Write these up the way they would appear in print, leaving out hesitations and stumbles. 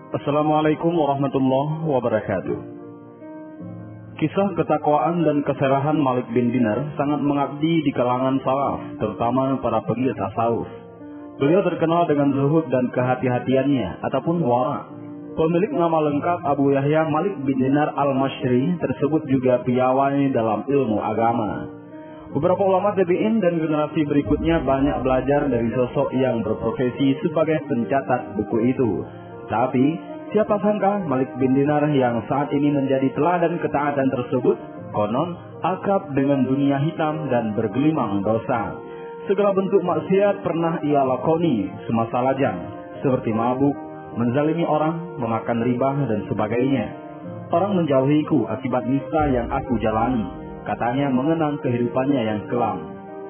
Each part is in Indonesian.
Assalamualaikum warahmatullahi wabarakatuh. Kisah ketakwaan dan keserahan Malik bin Dinar sangat mengabdi di kalangan salaf, terutama para pegiat tasawuf. Beliau terkenal dengan zuhud dan kehati-hatiannya ataupun wara. Pemilik nama lengkap Abu Yahya Malik bin Dinar al-Mashri tersebut juga piawai dalam ilmu agama. Beberapa ulama tabi'in dan generasi berikutnya banyak belajar dari sosok yang berprofesi sebagai pencatat buku itu. Tapi, siapa sangka Malik bin Dinar yang saat ini menjadi teladan ketaatan tersebut, konon akrab dengan dunia hitam dan bergelimang dosa. Segala bentuk maksiat pernah ia lakoni semasa lajang, seperti mabuk, menzalimi orang, memakan riba, dan sebagainya. Orang menjauhiku akibat nista yang aku jalani, katanya mengenang kehidupannya yang kelam.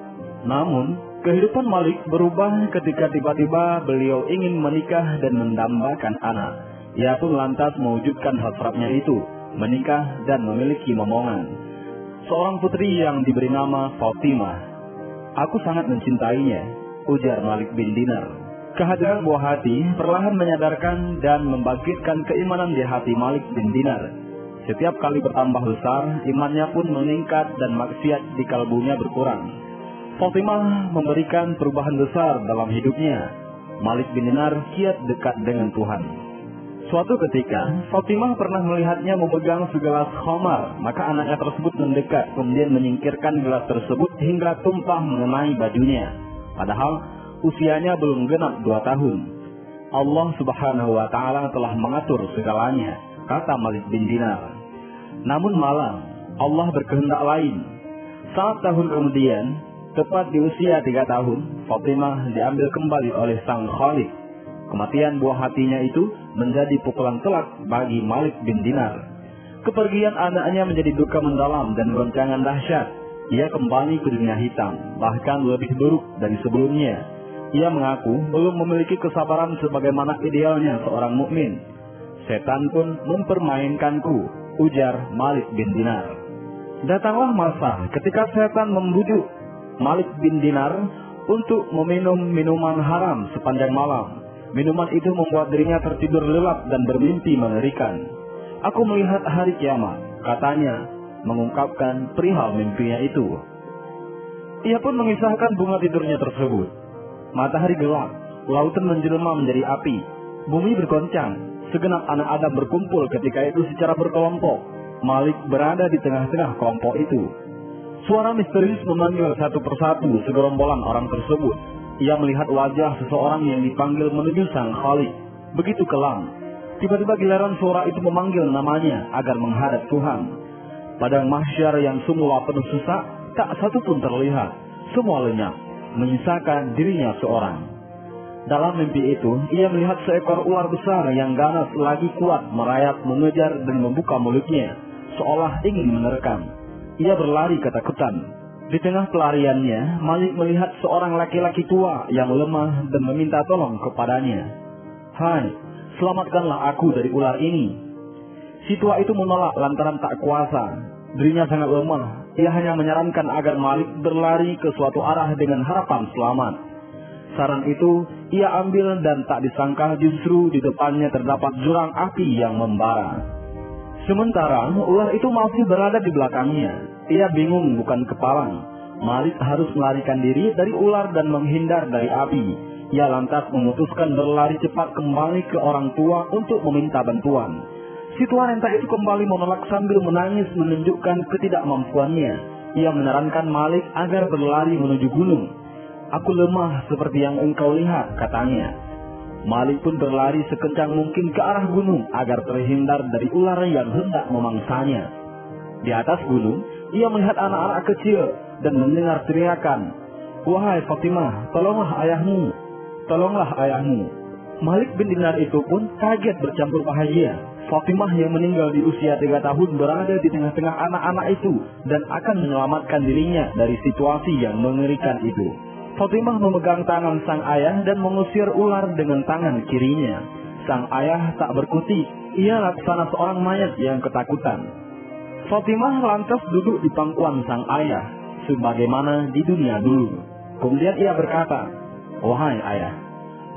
Namun, kehidupan Malik berubah ketika tiba-tiba beliau ingin menikah dan mendambakan anak. Ia pun lantas mewujudkan hasratnya itu, menikah dan memiliki momongan. Seorang putri yang diberi nama Fatimah. Aku sangat mencintainya, ujar Malik bin Dinar. Kehadiran buah hati perlahan menyadarkan dan membangkitkan keimanan di hati Malik bin Dinar. Setiap kali bertambah besar, imannya pun meningkat dan maksiat di kalbunya berkurang. Fatimah memberikan perubahan besar dalam hidupnya. Malik bin Dinar kiat dekat dengan Tuhan. Suatu ketika, Fatimah pernah melihatnya memegang segelas khamar, maka anaknya tersebut mendekat, kemudian menyingkirkan gelas tersebut hingga tumpah mengenai bajunya. Padahal, usianya belum genap 2 tahun. Allah Subhanahu wa Ta'ala telah mengatur segalanya, kata Malik bin Dinar. Namun malang, Allah berkehendak lain. 1 tahun kemudian, tepat di usia 3 tahun, Fatimah diambil kembali oleh sang Khalik. Kematian buah hatinya itu menjadi pukulan telak bagi Malik bin Dinar. Kepergian anaknya menjadi duka mendalam dan goncangan dahsyat. Ia kembali ke dunia hitam, bahkan lebih buruk dari sebelumnya. Ia mengaku belum memiliki kesabaran sebagaimana idealnya seorang mukmin. Setan pun mempermainkanku, ujar Malik bin Dinar. Datanglah masa ketika setan membujuk Malik bin Dinar untuk meminum minuman haram sepanjang malam. Minuman itu membuat dirinya tertidur lelap dan bermimpi mengerikan. Aku melihat hari kiamat, katanya, mengungkapkan perihal mimpinya itu. Ia pun mengisahkan bunga tidurnya tersebut. Matahari gelap, lautan menjelma menjadi api, bumi bergoncang, segenap anak Adam berkumpul ketika itu secara berkelompok. Malik berada di tengah-tengah kelompok itu. Suara misterius memanggil satu persatu segerombolan orang tersebut. Ia melihat wajah seseorang yang dipanggil menuju sang Khalik. Begitu kelam. Tiba-tiba giliran suara itu memanggil namanya agar menghadap Tuhan. Padang mahsyar yang semula penuh sesak, tak satu pun terlihat. Semua lenyap, menyisakan dirinya seorang. Dalam mimpi itu, ia melihat seekor ular besar yang ganas lagi kuat merayap, mengejar dan membuka mulutnya, seolah ingin menerkam. Ia berlari ketakutan. Di tengah pelariannya, Malik melihat seorang laki-laki tua yang lemah dan meminta tolong kepadanya. "Hai, selamatkanlah aku dari ular ini." Si tua itu menolak lantaran tak kuasa. Dirinya sangat lemah. Ia hanya menyarankan agar Malik berlari ke suatu arah dengan harapan selamat. Saran itu ia ambil dan tak disangka justru di depannya terdapat jurang api yang membara. Sementara ular itu masih berada di belakangnya. Ia bingung bukan kepalang. Malik harus melarikan diri dari ular dan menghindar dari api. Ia lantas memutuskan berlari cepat kembali ke orang tua untuk meminta bantuan. Si tua renta itu kembali menolak sambil menangis menunjukkan ketidakmampuannya. Ia menyarankan Malik agar berlari menuju gunung. "Aku lemah seperti yang engkau lihat," katanya. Malik pun berlari sekencang mungkin ke arah gunung agar terhindar dari ular yang hendak memangsanya. Di atas gunung, ia melihat anak-anak kecil dan mendengar teriakan, "Wahai Fatimah, tolonglah ayahmu, tolonglah ayahmu." Malik bin Dinar itu pun kaget bercampur bahagia. Fatimah yang meninggal di usia 3 tahun berada di tengah-tengah anak-anak itu dan akan menyelamatkan dirinya dari situasi yang mengerikan itu. Fatimah memegang tangan sang ayah dan mengusir ular dengan tangan kirinya. Sang ayah tak berkutik, ia laksana seorang mayat yang ketakutan. Fatimah lantas duduk di pangkuan sang ayah, sebagaimana di dunia dulu. Kemudian ia berkata, "Wahai ayah,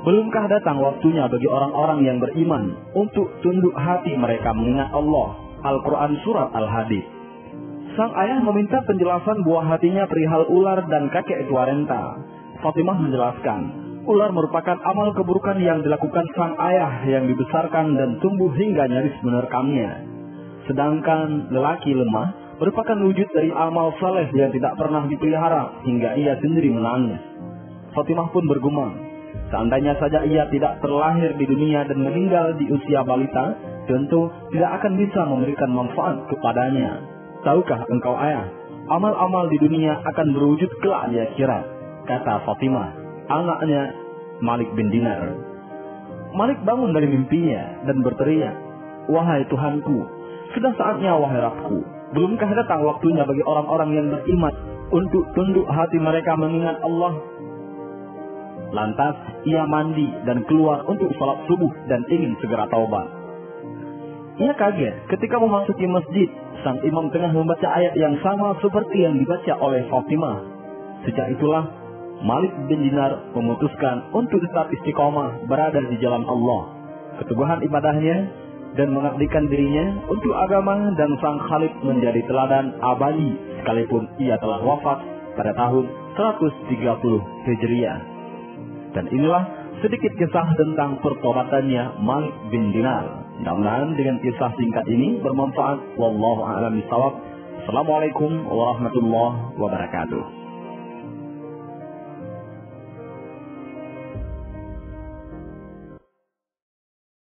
Belumkah datang waktunya bagi orang-orang yang beriman untuk tunduk hati mereka mengingat Allah? Al-Quran Surat Al-Hadid. Sang ayah meminta penjelasan buah hatinya perihal ular dan kakek tua renta. Fatimah menjelaskan, ular merupakan amal keburukan yang dilakukan sang ayah yang dibesarkan dan tumbuh hingga nyaris menerkamnya. Sedangkan lelaki lemah merupakan wujud dari amal saleh yang tidak pernah dipelihara hingga ia sendiri menangis. Fatimah pun bergumam, seandainya saja ia tidak terlahir di dunia dan meninggal di usia balita, tentu tidak akan bisa memberikan manfaat kepadanya. Tahukah engkau ayah, amal-amal di dunia akan berwujud kelak di akhirat, kata Fatimah, anaknya Malik bin Dinar. Malik bangun dari mimpinya dan berteriak, wahai Tuhanku, sudah saatnya wahai Rabbku, belumkah datang waktunya bagi orang-orang yang beriman untuk tunduk hati mereka mengingat Allah? Lantas ia mandi dan keluar untuk salat subuh dan ingin segera taubat. Ia kaget ketika memasuki masjid, sang imam tengah membaca ayat yang sama seperti yang dibaca oleh Fatimah. Sejak itulah Malik bin Dinar memutuskan untuk tetap istiqomah berada di jalan Allah, keteguhan ibadahnya dan mengabdikan dirinya untuk agama, dan sang Khalid menjadi teladan abadi sekalipun ia telah wafat pada tahun 130 Hijriah. Dan inilah sedikit kisah tentang pertobatannya Malik bin Dinar. Mudah-mudahan dengan kisah singkat ini bermanfaat. Wallahu a'lam bishawab. Assalamualaikum warahmatullahi wabarakatuh.